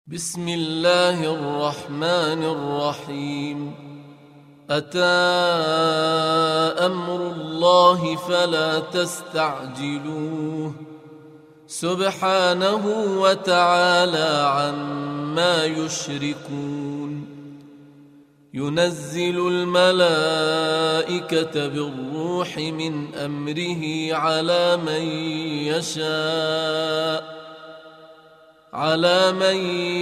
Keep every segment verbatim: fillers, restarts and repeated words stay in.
بسم الله الرحمن الرحيم. أتى أمر الله فلا تستعجلوه سبحانه وتعالى عما يشركون. ينزل الملائكة بالروح من أمره على من يشاء على من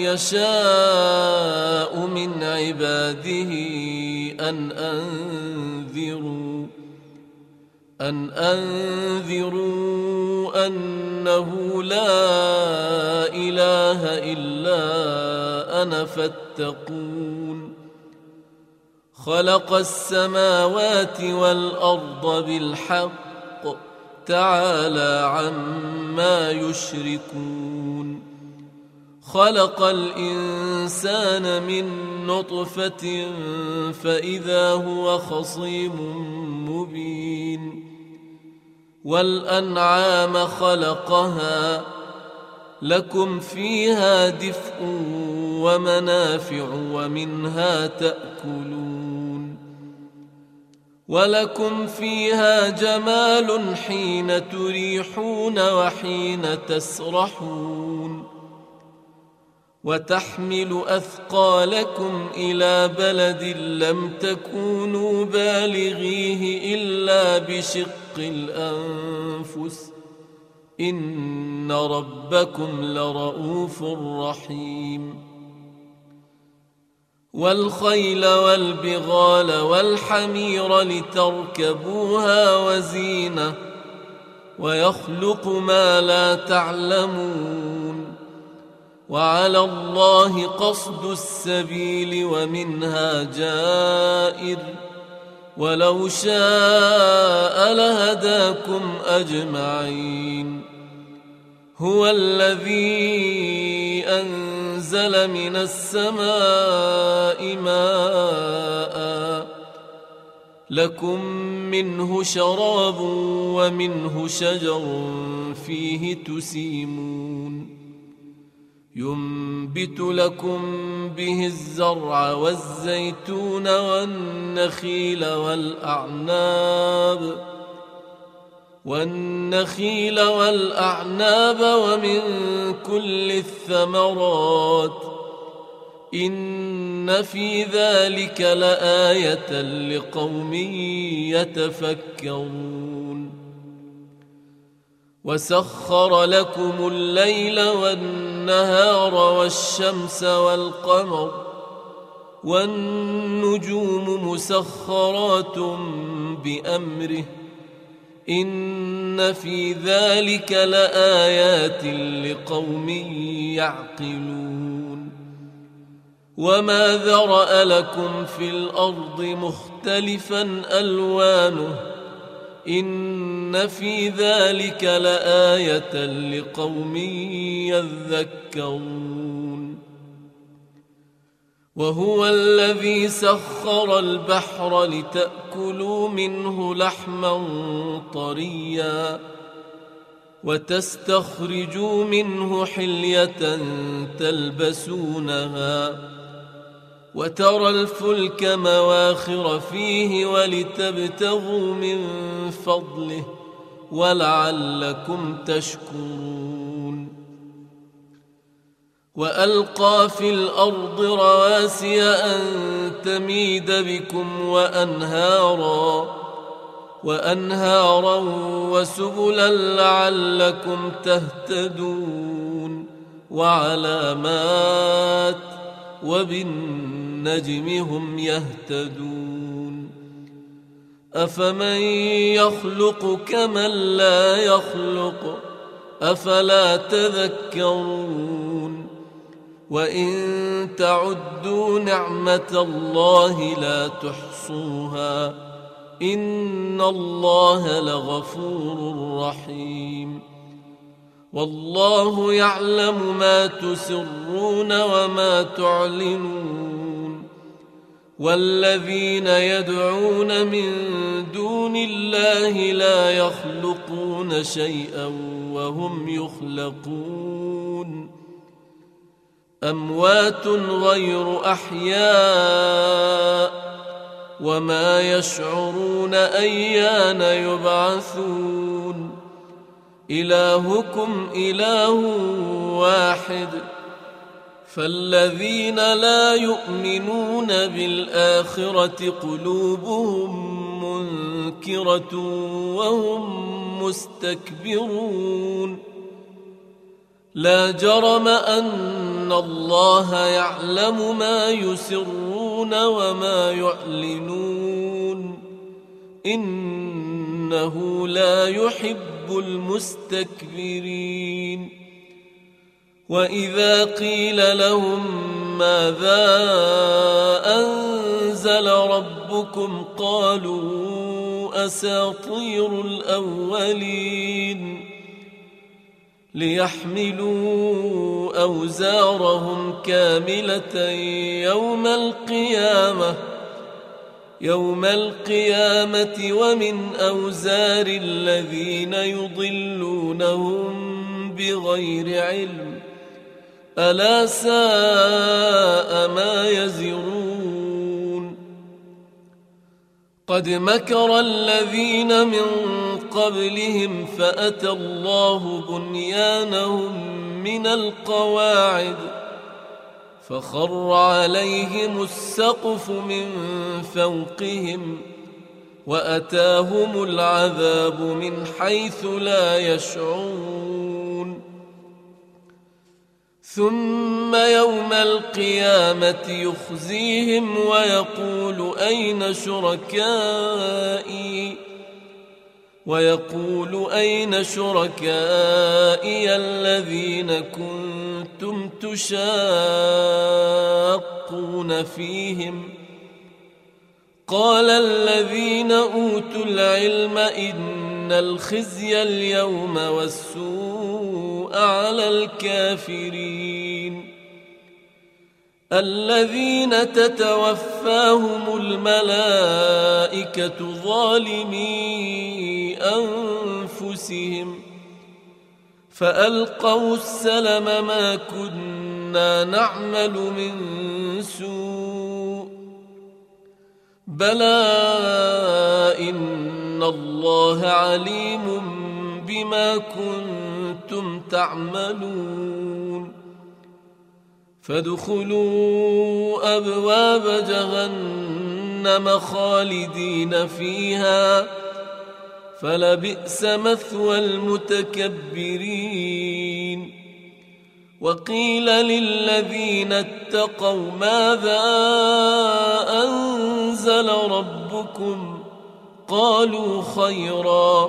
يشاء من عباده أن أنذروا أن أنذروا أنه لا إله إلا أنا فاتقون. خلق السماوات والأرض بالحق تعالى عما يشركون. خلق الإنسان من نطفة فإذا هو خصيم مبين. والأنعام خلقها لكم فيها دفء ومنافع ومنها تأكلون. ولكم فيها جمال حين تريحون وحين تسرحون. وتحمل أثقالكم إلى بلد لم تكونوا بالغيه إلا بشق الأنفس إن ربكم لرؤوف رحيم. والخيل والبغال والحمير لتركبوها وزينة ويخلق ما لا تعلمون. وعلى الله قصد السبيل ومنها جائر ولو شاء لهداكم أجمعين. هو الذي أنزل من السماء ماء لكم منه شراب ومنه شجر فيه تسيمون. ينبت لكم به الزرع والزيتون والنخيل والأعناب والنخيل والأعناب ومن كل الثمرات إن في ذلك لآية لقوم يتفكرون. وسخر لكم الليل والنهار والشمس والقمر والنجوم مسخرات بأمره إن في ذلك لآيات لقوم يعقلون. وما ذرأ لكم في الأرض مختلفا ألوانه إن في ذلك لآية لقوم يذكرون. وهو الذي سخر البحر لتأكلوا منه لحما طريا وتستخرجوا منه حلية تلبسونها وترى الفلك مواخر فيه ولتبتغوا من فضله ولعلكم تشكرون. وألقى في الأرض رواسي أن تميد بكم وأنهارا وأنهارا وسبلا لعلكم تهتدون. وعلامات وبالنجم هم يهتدون. أفمن يخلق كمن لا يخلق أفلا تذكرون. وإن تعدوا نعمة الله لا تحصوها إن الله لغفور رحيم. والله يعلم ما تسرون وما تعلنون. والذين يدعون من دون الله لا يخلقون شيئا وهم يخلقون. أموات غير أحياء وما يشعرون أيان يبعثون إلهكم إله واحد فالذين لا يؤمنون بالآخرة قلوبهم منكرة وهم مستكبرون لا جرم أن الله يعلم ما يسرون وما يعلنون إنه لا يحب المستكبرين وإذا قيل لهم ماذا أنزل ربكم قالوا أساطير الأولين ليحملوا أوزارهم كاملة يوم القيامة يوم القيامة ومن أوزار الذين يضلونهم بغير علم ألا ساء ما يزرون قد مكر الذين من قبلهم فأتى الله بنيانهم من القواعد فخر عليهم السقف من فوقهم وأتاهم العذاب من حيث لا يشعرون ثم يوم القيامة يخزيهم ويقول أين شركائي ويقول أين شركائي الذين كنتم تشاقون فيهم قال الذين أوتوا العلم إن الخزي اليوم والسوء على الكافرين الذين تتوفاهم الملائكة ظالمي أنفسهم فألقوا السلم ما كنا نعمل من سوء بلى إن الله عليم بما كنتم تعملون فادخلوا أبواب جهنم خالدين فيها فلبئس مثوى المتكبرين وقيل للذين اتقوا ماذا أنزل ربكم قالوا خيرا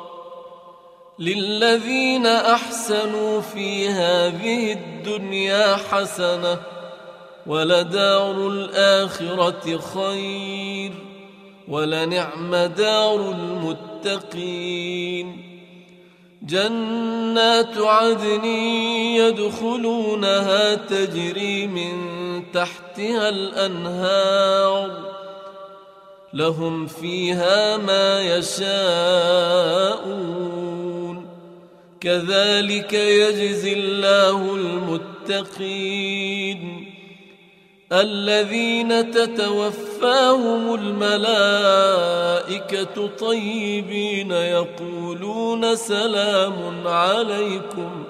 للذين أحسنوا في هذه الدنيا حسنة ولدار الآخرة خير ولنعم دار المتقين جنات عدن يدخلونها تجري من تحتها الأنهار لهم فيها ما يشاءون كذلك يجزي الله المتقين الذين تتوفاهم الملائكة طيبين يقولون سلام عليكم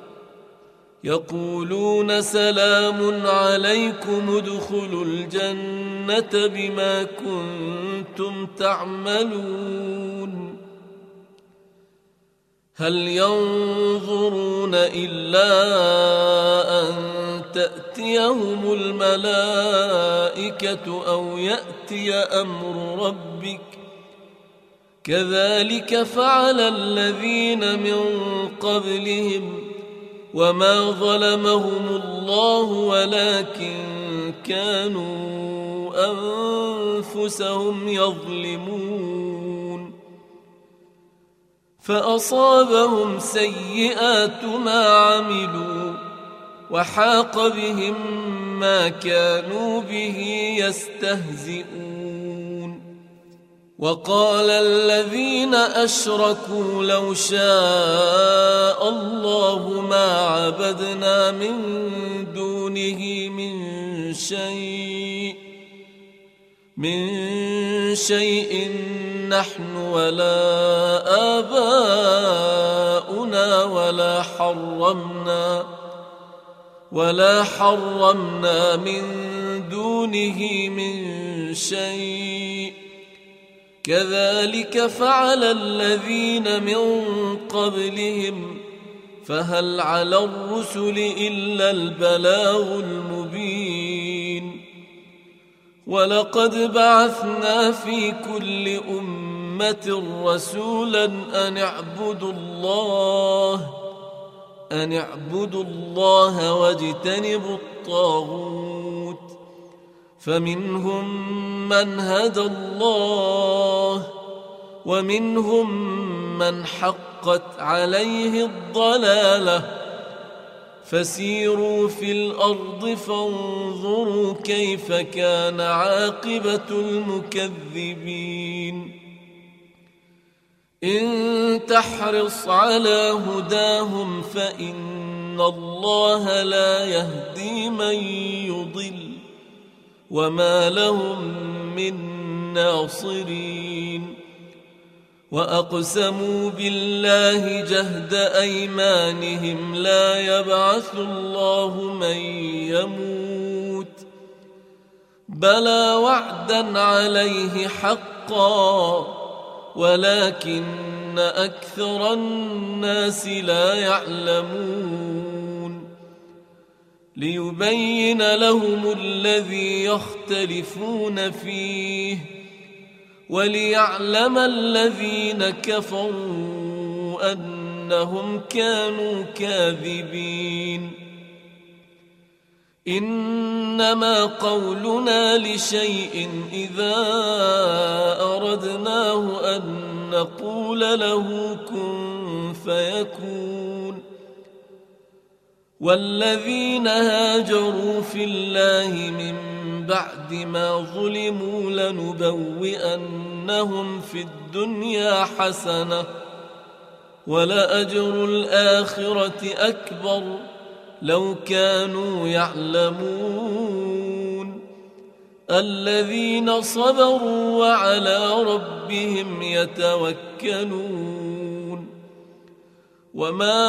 يقولون سلام عليكم ادخلوا الجنة بما كنتم تعملون هل ينظرون إلا أن تأتيهم الملائكة أو يأتي أمر ربك كذلك فعل الذين من قبلهم وما ظلمهم الله ولكن كانوا أنفسهم يظلمون فأصابهم سيئات ما عملوا وحاق بهم ما كانوا به يستهزئون وقال الذين أشركوا لو شاء الله ما عبدنا من دونه من شيء من شيء نحن ولا آباؤنا ولا حرمنا ولا حرمنا من دونه من شيء كذلك فعل الذين من قبلهم فهل على الرسل إلا البلاغ المبين ولقد بعثنا في كل أمة رسولا أن اعبدوا الله أن اعبدوا الله واجتنبوا الطاغوت فمنهم من هدى الله ومنهم من حقت عليه الضلالة فسيروا في الأرض فانظروا كيف كان عاقبة المكذبين إن تحرص على هداهم فإن الله لا يهدي من يضل وما لهم من ناصرين وأقسموا بالله جهد أيمانهم لا يبعث الله من يموت بلى وعدا عليه حقا ولكن أكثر الناس لا يعلمون ليبين لهم الذي يختلفون فيه وليعلم الذين كفروا أنهم كانوا كاذبين إنما قولنا لشيء إذا أردناه أن نقول له كن فيكون والذين هاجروا في الله من بعد ما ظلموا لنبوئنهم في الدنيا حسنة ولأجر الآخرة أكبر لو كانوا يعلمون الذين صبروا وعلى ربهم يتوكلون وما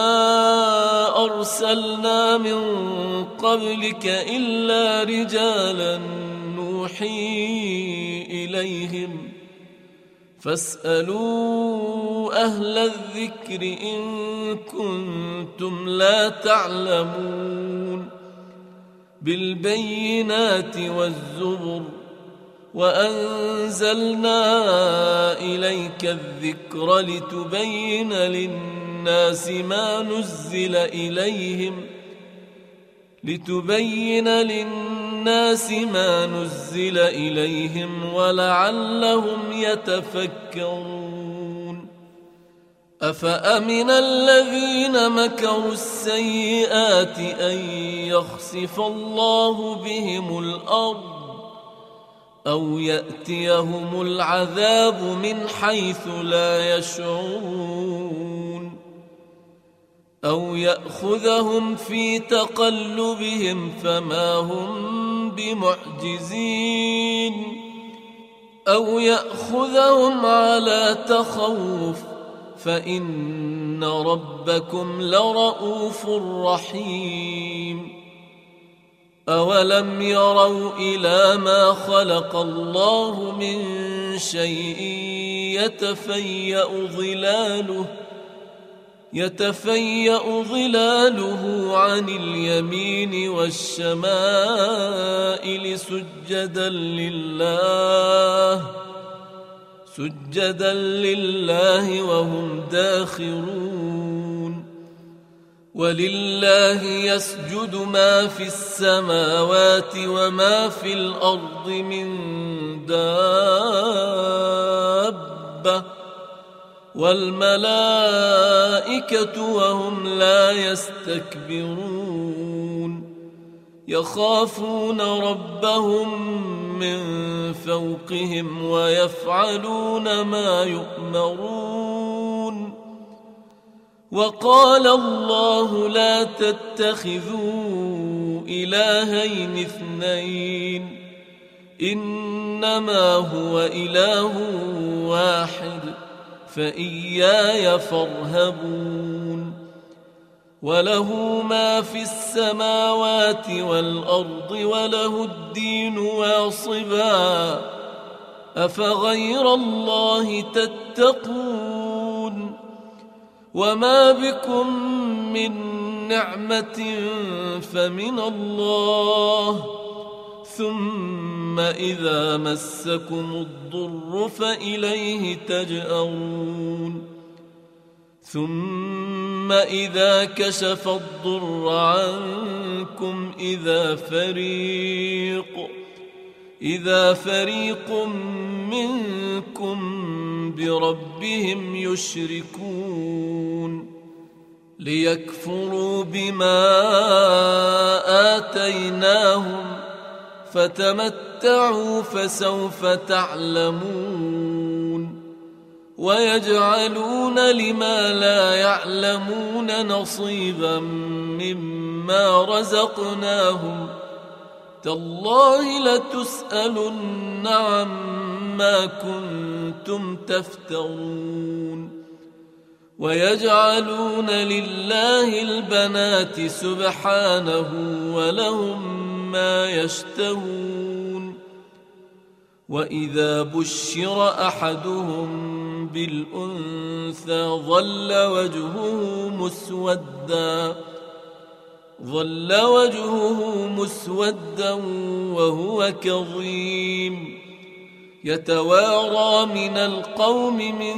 أرسلنا من قبلك إلا رجالا نوحي إليهم فاسألوا أهل الذكر إن كنتم لا تعلمون بالبينات والزبر وأنزلنا إليك الذكر لتبين للناس ما نزل إليهم لتبين للناس ما نزل إليهم ولعلهم يتفكرون أفأمن الذين مكروا السيئات أن يخسف الله بهم الأرض أو يأتيهم العذاب من حيث لا يشعرون أو يأخذهم في تقلبهم فما هم بمعجزين أو يأخذهم على تخوف فإن ربكم لرؤوف رحيم أولم يروا إلى ما خلق الله من شيء يتفيأ ظلاله يتفيأ ظلاله عن اليمين والشمائل سجدا لله سجدا لله وهم داخرون ولله يسجد ما في السماوات وما في الأرض من دابة والملائكة وهم لا يستكبرون يخافون ربهم من فوقهم ويفعلون ما يؤمرون. وقال الله لا تتخذوا إلهين اثنين إنما هو إله واحد فإياي فارهبون. وله ما في السماوات والأرض وله الدين واصبا أفغير الله تتقون. وما بكم من نعمة فمن الله ثم إذا مسكم الضر فإليه تجأرون. ثم إذا كشف الضر عنكم إذا فريق إذا فريق منكم بربهم يشركون ليكفروا بما آتيناهم فتمتعوا فسوف تعلمون. ويجعلون لما لا يعلمون نصيبا مما رزقناهم تالله لتسألن عما كنتم تفترون. ويجعلون لله البنات سبحانه ولهم ما يشتهون. وإذا بشر أحدهم بالأنثى ظل وجهه مسودا ظل وجهه مسودا وهو كظيم يتوارى من القوم من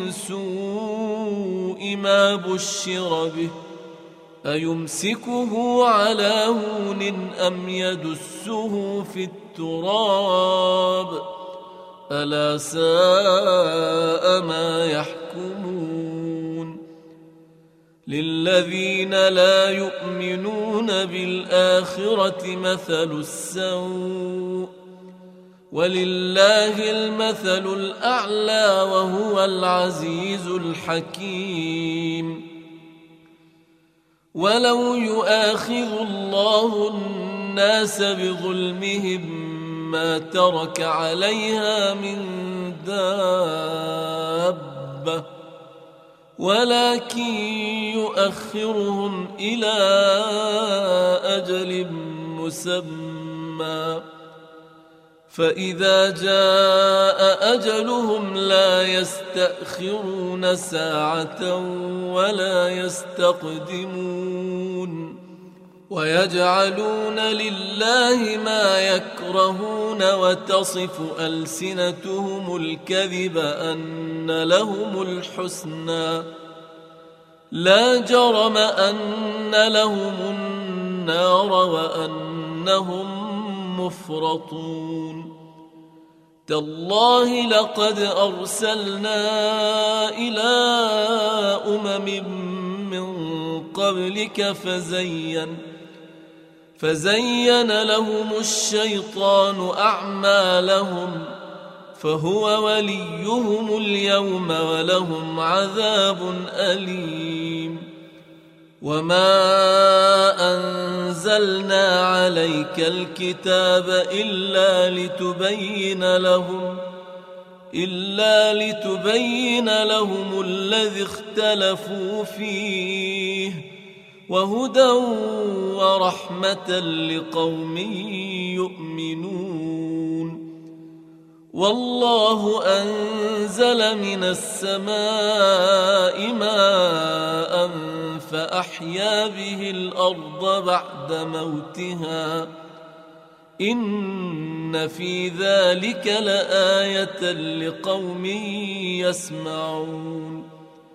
سوء ما بشر به أيمسكه على هون أم يدسه في التراب ألا ساء ما يحكمون. للذين لا يؤمنون بالآخرة مثل السوء ولله المثل الأعلى وهو العزيز الحكيم. ولو يؤاخذ الله الناس بظلمهم ما ترك عليها من دابة ولكن يؤخرهم إلى أجل مسمى فإذا جاء أجلهم لا يستأخرون ساعة ولا يستقدمون. ويجعلون لله ما يكرهون وتصف ألسنتهم الكذب أن لهم الحسنى لا جرم أن لهم النار وأنهم مفرطون. تالله لقد أرسلنا إلى أمم من قبلك فزين فزين لهم الشيطان أعمالهم فهو وليهم اليوم ولهم عذاب أليم. وما أنزلنا عليك الكتاب إلا لتبين لهم إلا لتبين لهم الذي اختلفوا فيه وهدى ورحمة لقوم يؤمنون. والله أنزل من السماء ماء فأحيا به الأرض بعد موتها إن في ذلك لآية لقوم يسمعون.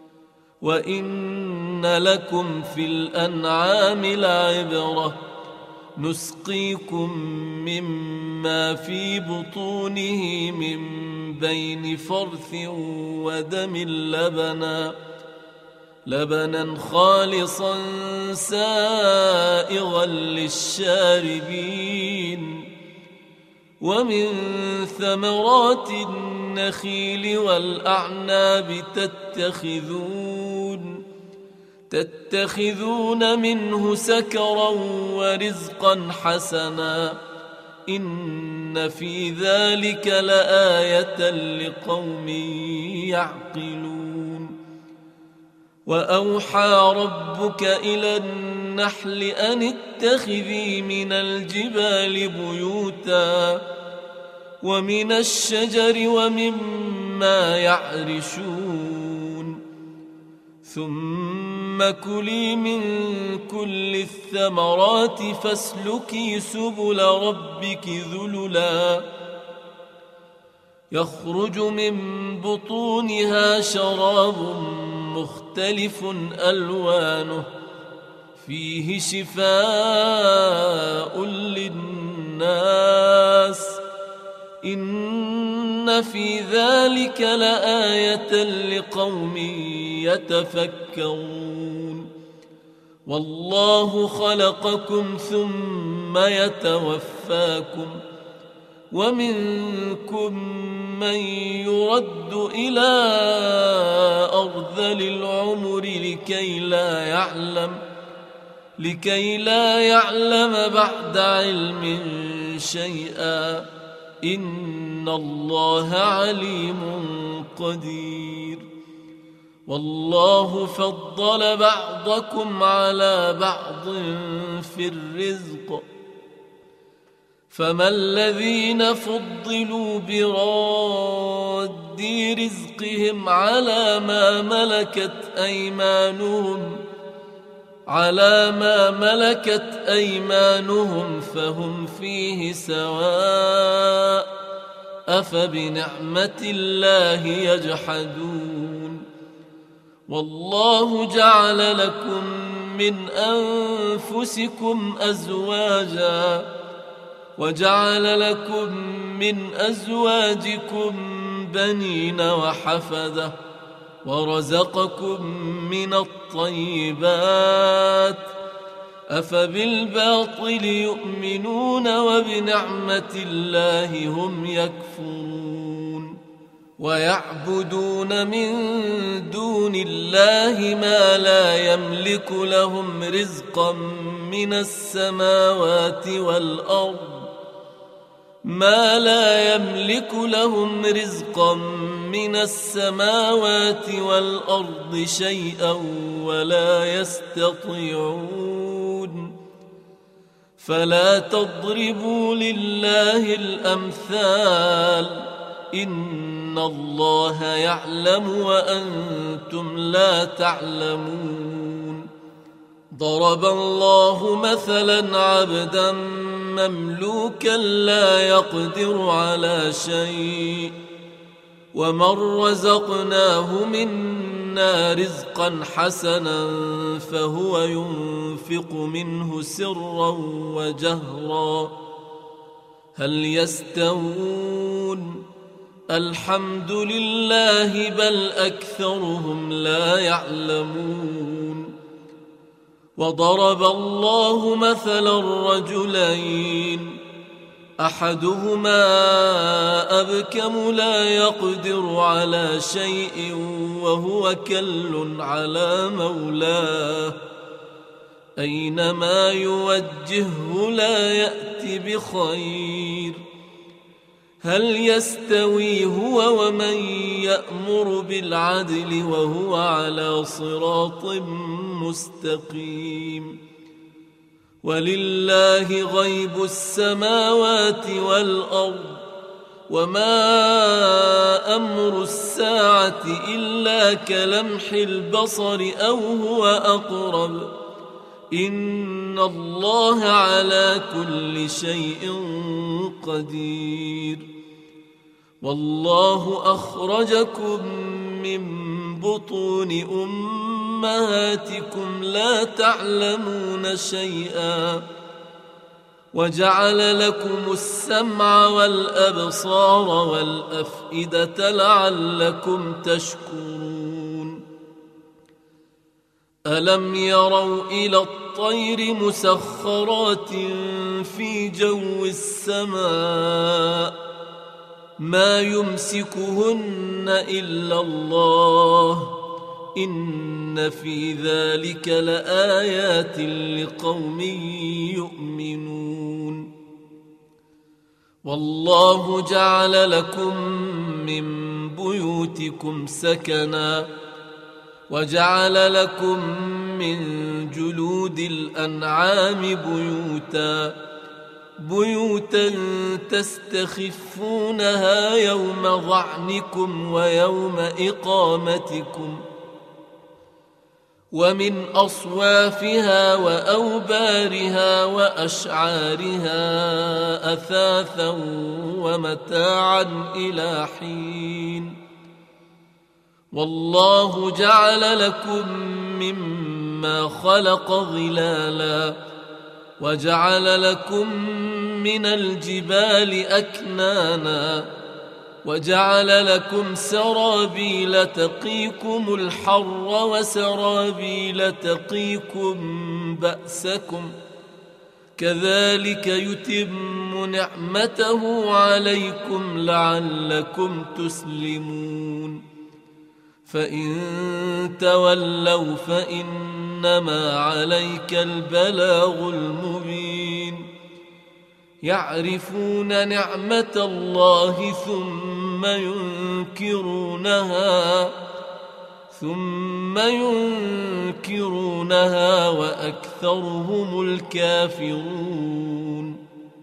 وإن لكم في الأنعام لعبرة نسقيكم مما في بطونه من بين فرث ودم لبنا لبنا خالصا سائغا للشاربين ومن ثمرات النخيل والأعناب تتخذون تتخذون منه سكرا ورزقا حسنا إن في ذلك لآية لقوم يعقلون. وأوحى ربك إلى النحل أن اتخذي من الجبال بيوتا ومن الشجر ومما يعرشون ثم كلي من كل الثمرات فاسلكي سبل ربك ذللا يخرج من بطونها شراب مختلف ألوانه فيه شفاء للناس إن في ذلك لآية لقوم يتفكرون. والله خلقكم ثم يتوفاكم ومنكم من يرد إلى أرذل العمر لكي لا يعلم لكي لا يعلم بعد علم شيئا إن الله عليم قدير. والله فضل بعضكم على بعض في الرزق فما الذين فضلوا براد رزقهم على ما ملكت أيمانهم على ما ملكت أيمانهم فهم فيه سواء أفبنعمة الله يجحدون. والله جعل لكم من أنفسكم أزواجا وجعل لكم من أزواجكم بنين وحفدة ورزقكم من الطيبات أفبالباطل يؤمنون وبنعمة الله هم يكفرون. ويعبدون من دون الله ما لا يملك لهم رزقا من السماوات والأرض ما لا يملك لهم رزقا من السماوات والأرض شيئا ولا يستطيعون. فلا تضربوا لله الأمثال إن الله يعلم وأنتم لا تعلمون. ضرب الله مثلا عبدا مملوكا لا يقدر على شيء ومن رزقناه منا رزقا حسنا فهو ينفق منه سرا وجهرا هل يستوون الحمد لله بل أكثرهم لا يعلمون. وضرب الله مثلا رجلين أحدهما أبكم لا يقدر على شيء وهو كل على مولاه أينما يوجهه لا يأتي بخير هل يستوي هو ومن يأمر بالعدل وهو على صراط مستقيم. ولله غيب السماوات والأرض وما أمر الساعة إلا كلمح البصر أو هو أقرب إن الله على كل شيء قدير. والله أخرجكم من بطون أمهاتكم لا تعلمون شيئا وجعل لكم السمع والأبصار والأفئدة لعلكم تشكرون. ألم يروا إلى الطير والطير مسخرات في جو السماء ما يمسكهن إلا الله إن في ذلك لآيات لقوم يؤمنون والله جعل لكم من بيوتكم سكنا وجعل لكم من جلود الأنعام بيوتا بيوتا تستخفونها يوم ظعنكم ويوم إقامتكم ومن أصوافها وأوبارها وأشعارها أثاثا ومتاعا إلى حين والله جعل لكم مما خلق ظلالا وجعل لكم من الجبال أكنانا وجعل لكم سرابيل تقيكم الحر وسرابيل تقيكم بأسكم كذلك يتم نعمته عليكم لعلكم تسلمون فإن تولوا فإنما عليك البلاغ المبين يعرفون نعمة الله ثم ينكرونها ثم ينكرونها وأكثرهم الكافرون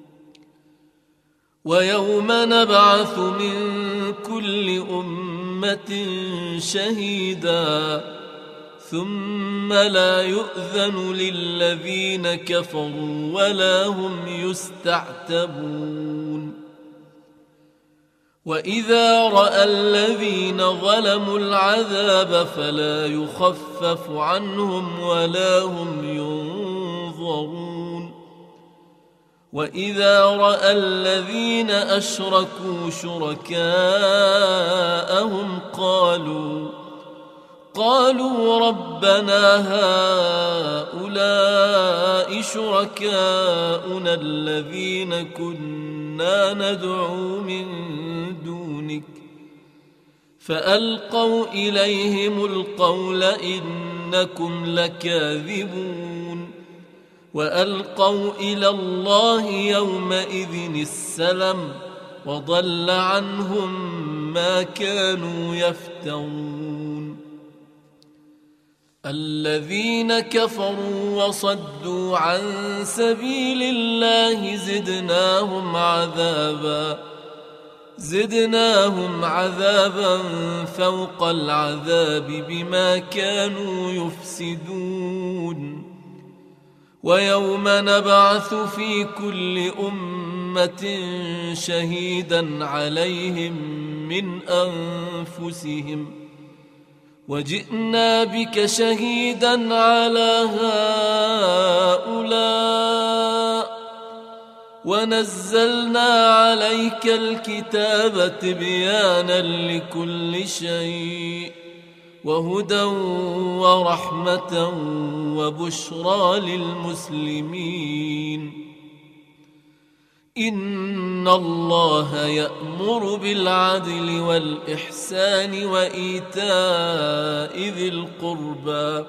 ويوم نبعث من كل أمة شهيدا ثم لا يؤذن للذين كفروا ولا هم يستعتبون وإذا رأى الذين ظلموا العذاب فلا يخفف عنهم ولا هم ينظرون وإذا رأى الذين أشركوا شركاءهم قالوا قالوا ربنا هؤلاء شركاؤنا الذين كنا ندعو من دونك فألقوا إليهم القول إنكم لكاذبون وألقوا إلى الله يومئذ السلم وضل عنهم ما كانوا يفترون الذين كفروا وصدوا عن سبيل الله زدناهم عذابا زدناهم عذابا فوق العذاب بما كانوا يفسدون ويوم نبعث في كل أمة شهيدا عليهم من أنفسهم وجئنا بك شهيدا على هؤلاء ونزلنا عليك الكتاب تبيانا لكل شيء وهدى ورحمة وبشرى للمسلمين إن الله يأمر بالعدل والإحسان وإيتاء ذي القربى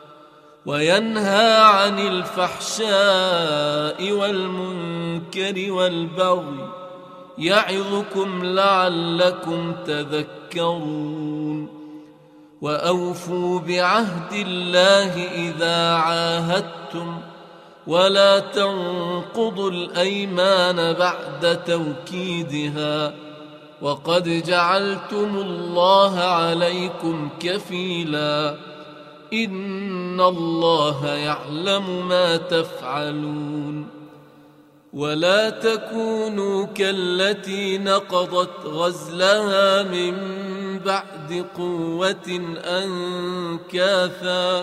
وينهى عن الفحشاء والمنكر والبغي يعظكم لعلكم تذكرون وأوفوا بعهد الله إذا عاهدتم ولا تنقضوا الأيمان بعد توكيدها وقد جعلتم الله عليكم كفيلا إن الله يعلم ما تفعلون ولا تكونوا كالتي نقضت غزلها من بعد قوة أنكاثا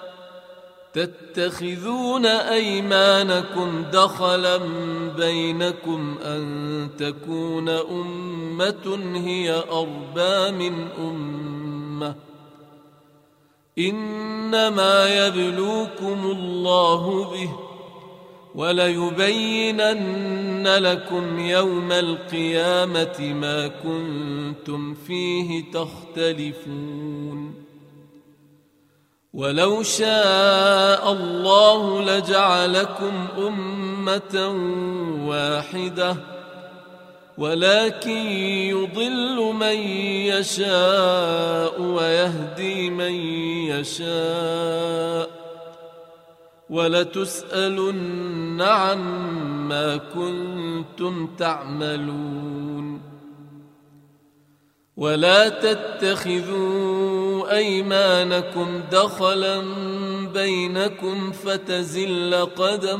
تتخذون أيمانكم دخلا بينكم أن تكون أمة هي أربى من أمة إنما يبلوكم الله به وليبينن لكم يوم القيامة ما كنتم فيه تختلفون ولو شاء الله لجعلكم أمة واحدة ولكن يضل من يشاء ويهدي من يشاء ولتسألن عما كنتم تعملون ولا تتخذوا أيمانكم دخلا بينكم فتزل قدم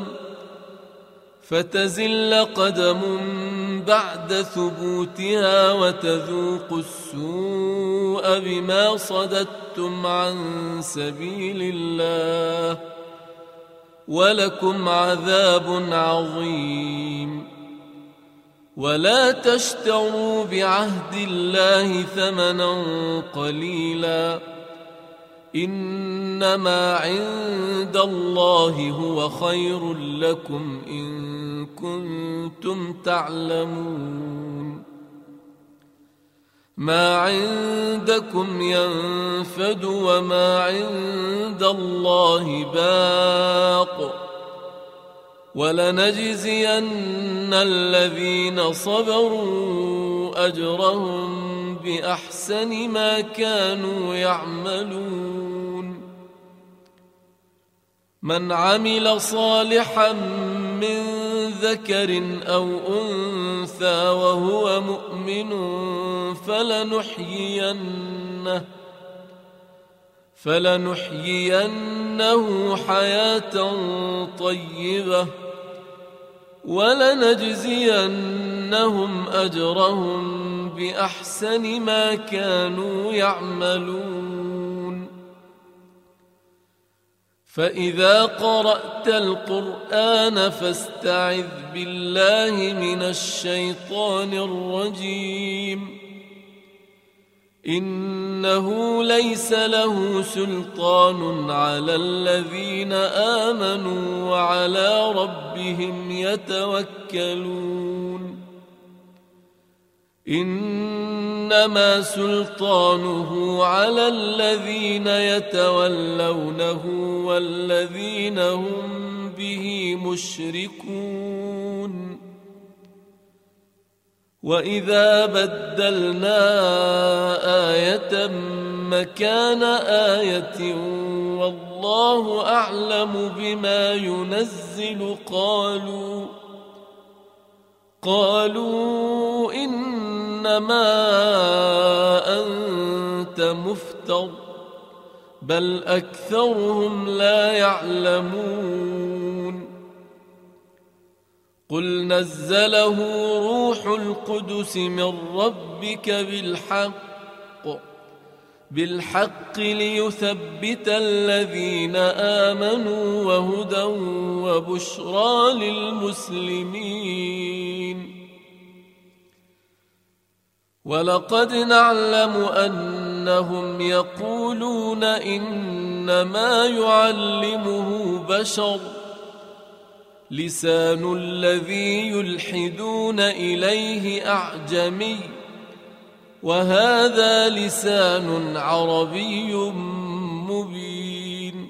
فتزل قدم بعد ثبوتها وتذوقوا السوء بما صددتم عن سبيل الله ولكم عذاب عظيم ولا تشتروا بعهد الله ثمنا قليلا إنما عند الله هو خير لكم إن كنتم تعلمون ما عندكم ينفد وما عند الله باق ولنجزين الذين صبروا أجرهم بأحسن ما كانوا يعملون من عمل صالحا من ذكر أو أنثى وهو مؤمن فلنحيينه فلنحيينه حياة طيبة ولنجزينهم أجرهم بأحسن ما كانوا يعملون فإذا قرأت القرآن فاستعذ بالله من الشيطان الرجيم إنه ليس له سلطان على الذين آمنوا وعلى ربهم يتوكلون إنما سلطانه على الذين يتولونه والذين هم به مشركون وإذا بدلنا آية مكان آية والله أعلم بما ينزل قالوا قالوا إنما أنت مفتر بل أكثرهم لا يعلمون قل نزله روح القدس من ربك بالحق بالحق ليثبت الذين آمنوا وهدى وبشرى للمسلمين ولقد نعلم أنهم يقولون إنما يعلمه بشر لسان الذي يلحدون إليه أعجمي وهذا لسان عربي مبين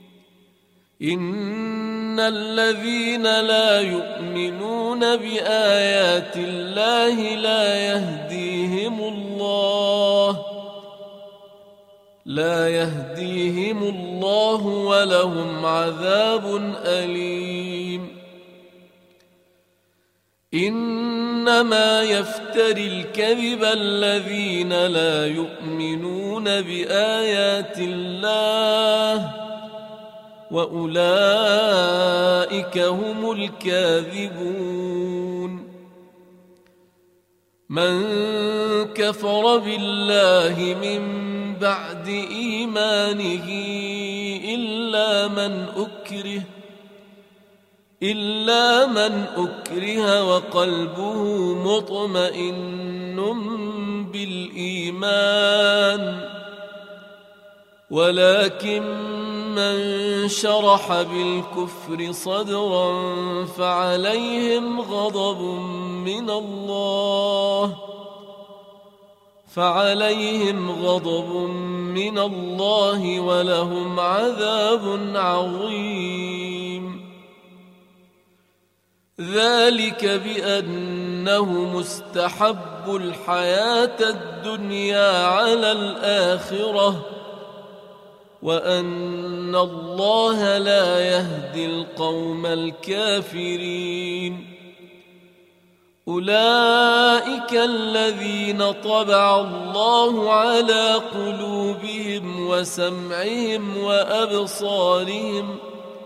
إن الذين لا يؤمنون بآيات الله لا يهديهم الله لا يهديهم الله ولهم عذاب أليم إنما يفتري الكذب الذين لا يؤمنون بآيات الله وأولئك هم الكاذبون من كفر بالله من بعد إيمانه إلا من أكره إلا من أكره وقلبه مطمئن بالإيمان ولكن من شرح بالكفر صدرا فعليهم غضب من الله فعليهم غضب من الله ولهم عذاب عظيم. ذلك بأنه مستحب الحياة الدنيا على الآخرة وأن الله لا يهدي القوم الكافرين. أولئك الذين طبع الله على قلوبهم وسمعهم وأبصارهم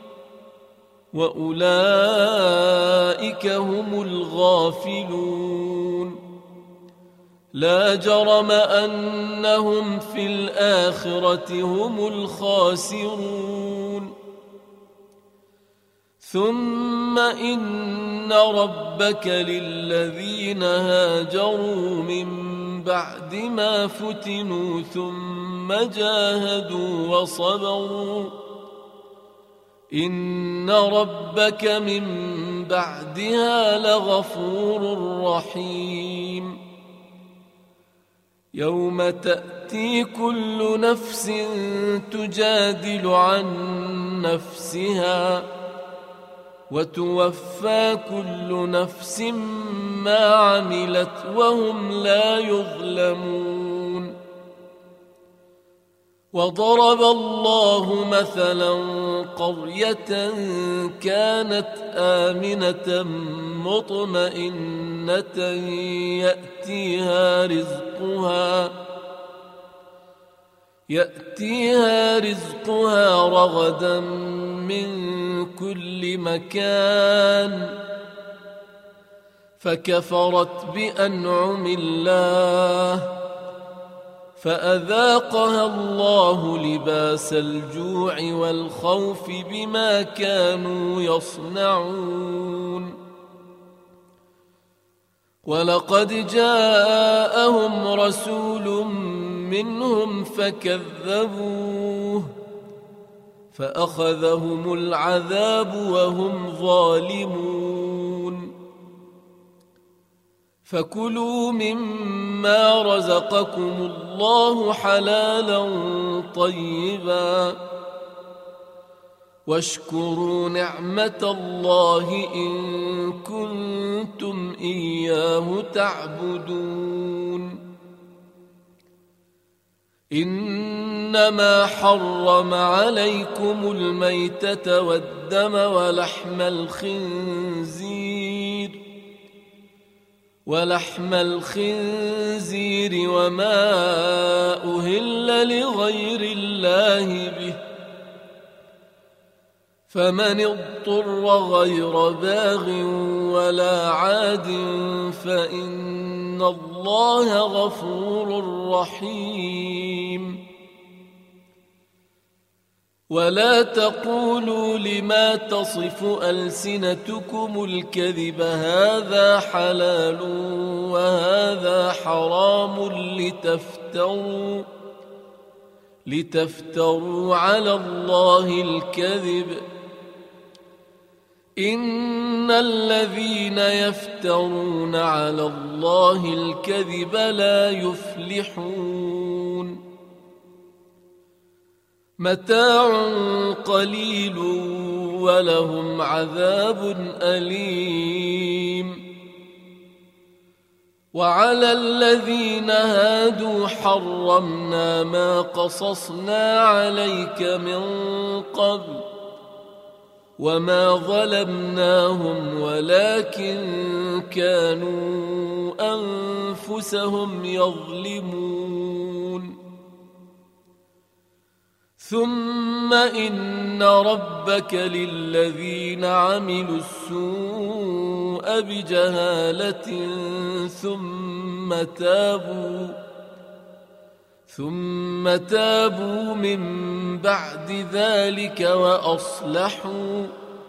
وأولئك هم الغافلون. لا جرم أنهم في الآخرة هم الخاسرون. ثم إن ربك للذين هاجروا من بعد ما فتنوا ثم جاهدوا وصبروا إن ربك من بعدها لغفور رحيم. يوم تأتي كل نفس تجادل عن نفسها وتوفى كل نفس ما عملت وهم لا يظلمون. وضرب الله مثلا قرية كانت آمنة مطمئنة يأتيها رزقها يأتيها رزقها رغدا من كل مكان فكفرت بأنعم الله فأذاقها الله لباس الجوع والخوف بما كانوا يصنعون. ولقد جاءهم رسول منهم فكذبوه فأخذهم العذاب وهم ظالمون. فكلوا مما رزقكم الله حلالا طيبا واشكروا نعمة الله إن كنتم إياه تعبدون. إنما حرم عليكم الميتة والدم ولحم الخنزير ولحم الخنزير وما أهل لغير الله به فمن اضطر غير باغ ولا عاد فإن الله غفور رحيم. ولا تقولوا لما تصف ألسنتكم الكذب هذا حلال وهذا حرام لتفتروا لتفتروا على الله الكذب إن الذين يفترون على الله الكذب لا يفلحون. متاع قليل ولهم عذاب أليم. وعلى الذين هادوا حرمنا ما قصصنا عليك من قبل وما ظلمناهم ولكن كانوا أنفسهم يظلمون. ثم إن ربك للذين عملوا السوء بجهالة ثم تابوا ثم تابوا من بعد ذلك وأصلحوا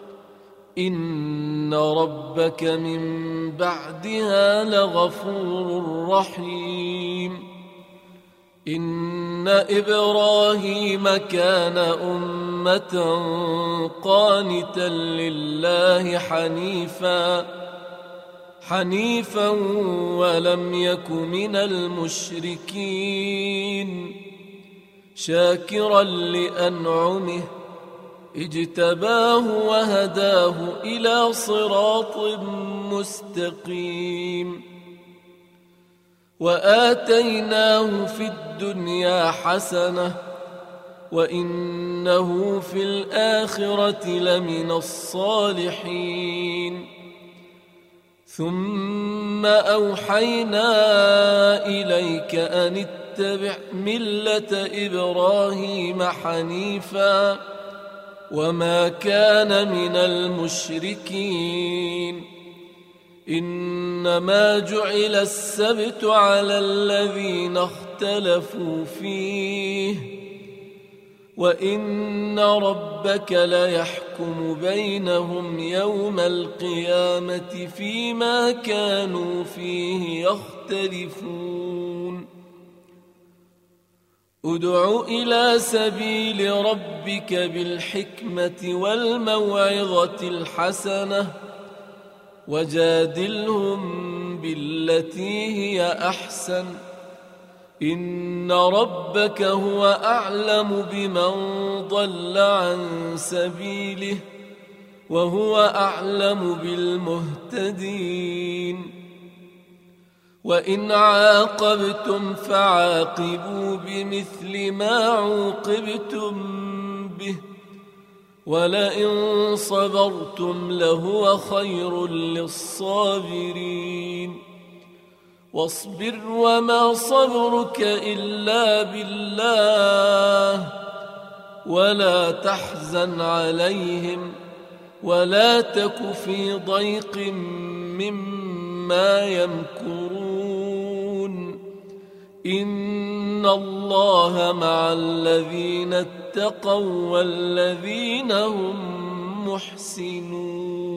إن ربك من بعدها لغفور رحيم. إن إبراهيم كان أمة قانتا لله حنيفا حنيفا ولم يك من المشركين شاكرا لأنعمه اجتباه وهداه إلى صراط مستقيم وآتيناه في الدنيا حسنة وإنه في الآخرة لمن الصالحين ثم أوحينا إليك أن اتبع ملة إبراهيم حنيفا وما كان من المشركين إنما جعل السبت على الذين اختلفوا فيه وإن ربك ليحكم بينهم يوم القيامة فيما كانوا فيه يختلفون ادع إلى سبيل ربك بالحكمة والموعظة الحسنة وجادلهم بالتي هي أحسن إن ربك هو أعلم بمن ضل عن سبيله وهو أعلم بالمهتدين وإن عاقبتم فعاقبوا بمثل ما عوقبتم به ولئن صبرتم لهو خير للصابرين واصبر وما صبرك إلا بالله ولا تحزن عليهم ولا تك في ضيق مما يمكرون إن الله مع الذين اتقوا والذين هم محسنون